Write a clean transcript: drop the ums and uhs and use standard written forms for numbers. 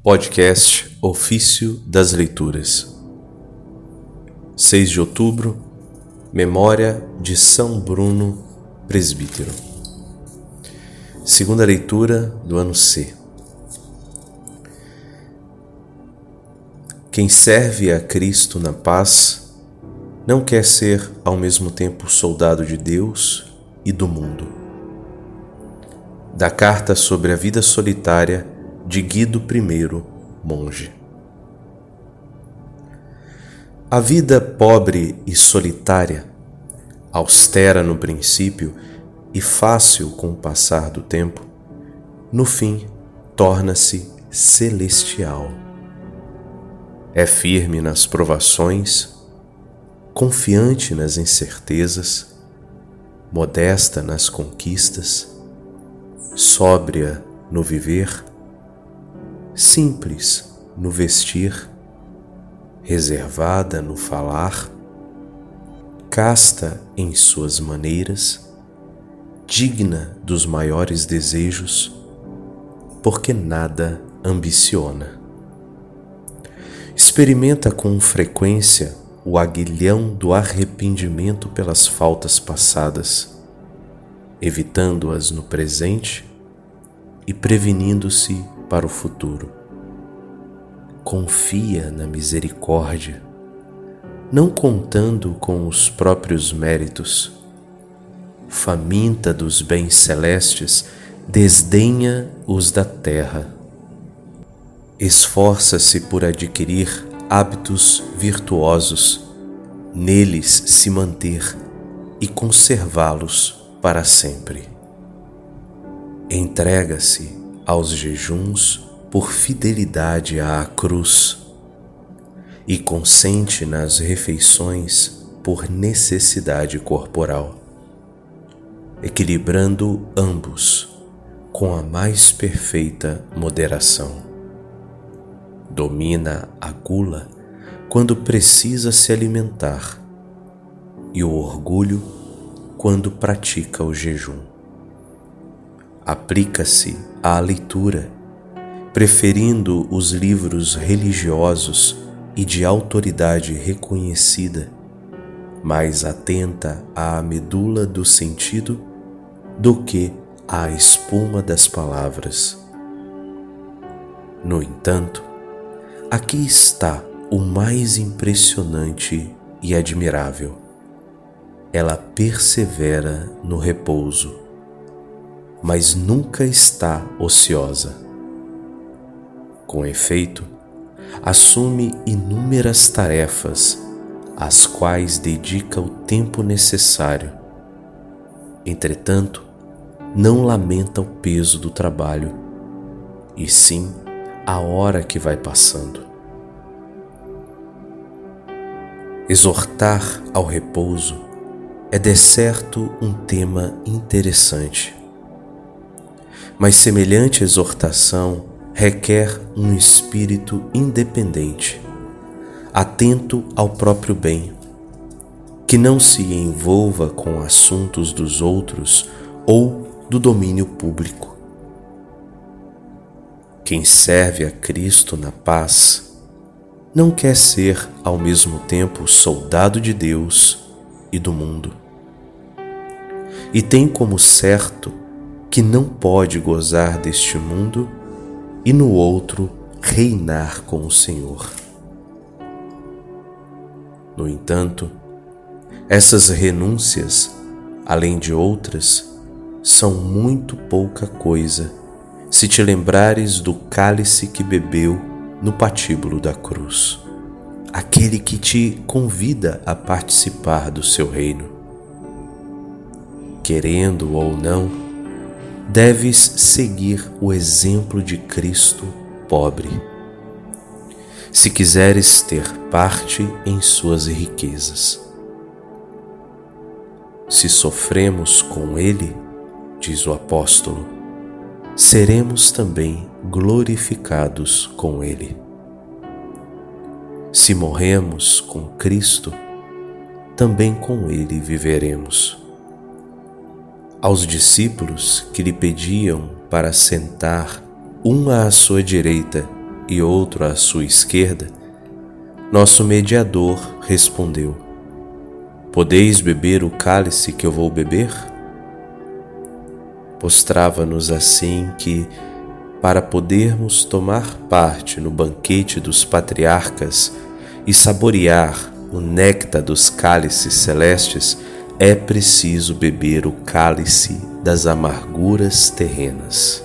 Podcast Ofício das Leituras. 6 de outubro, Memória de São Bruno, Presbítero. Segunda leitura do ano C. Quem serve a Cristo na paz não quer ser ao mesmo tempo soldado de Deus e do mundo. Da carta sobre a vida solitária de Guido I, monge. A vida pobre e solitária, austera no princípio e fácil com o passar do tempo, no fim torna-se celestial. É firme nas provações, confiante nas incertezas, modesta nas conquistas, sóbria no viver, simples no vestir, reservada no falar, casta em suas maneiras, digna dos maiores desejos, porque nada ambiciona. Experimenta com frequência o aguilhão do arrependimento pelas faltas passadas, evitando-as no presente e prevenindo-se para o futuro. Confia na misericórdia, não contando com os próprios méritos. Faminta dos bens celestes, desdenha os da terra. Esforça-se por adquirir hábitos virtuosos, neles se manter e conservá-los para sempre. Entrega-se aos jejuns por fidelidade à cruz e consente nas refeições por necessidade corporal, equilibrando ambos com a mais perfeita moderação. Domina a gula quando precisa se alimentar e o orgulho quando pratica o jejum. Aplica-se à leitura, preferindo os livros religiosos e de autoridade reconhecida, mais atenta à medula do sentido do que à espuma das palavras. No entanto, aqui está o mais impressionante e admirável. Ela persevera no repouso, mas nunca está ociosa. Com efeito, assume inúmeras tarefas, às quais dedica o tempo necessário. Entretanto, não lamenta o peso do trabalho, e sim a hora que vai passando. Exortar ao repouso é de certo um tema interessante, mas semelhante exortação requer um espírito independente, atento ao próprio bem, que não se envolva com assuntos dos outros ou do domínio público. Quem serve a Cristo na paz não quer ser ao mesmo tempo soldado de Deus e do mundo, e tem como certo que não pode gozar deste mundo e no outro reinar com o Senhor. No entanto, essas renúncias, além de outras, são muito pouca coisa se te lembrares do cálice que bebeu no patíbulo da cruz, aquele que te convida a participar do seu reino. Querendo ou não, deves seguir o exemplo de Cristo pobre, se quiseres ter parte em suas riquezas. Se sofremos com Ele, diz o apóstolo, seremos também glorificados com Ele. Se morremos com Cristo, também com Ele viveremos. Aos discípulos que lhe pediam para sentar um à sua direita e outro à sua esquerda, nosso mediador respondeu: Podeis beber o cálice que eu vou beber? Mostrava-nos assim que, para podermos tomar parte no banquete dos patriarcas e saborear o néctar dos cálices celestes, é preciso beber o cálice das amarguras terrenas.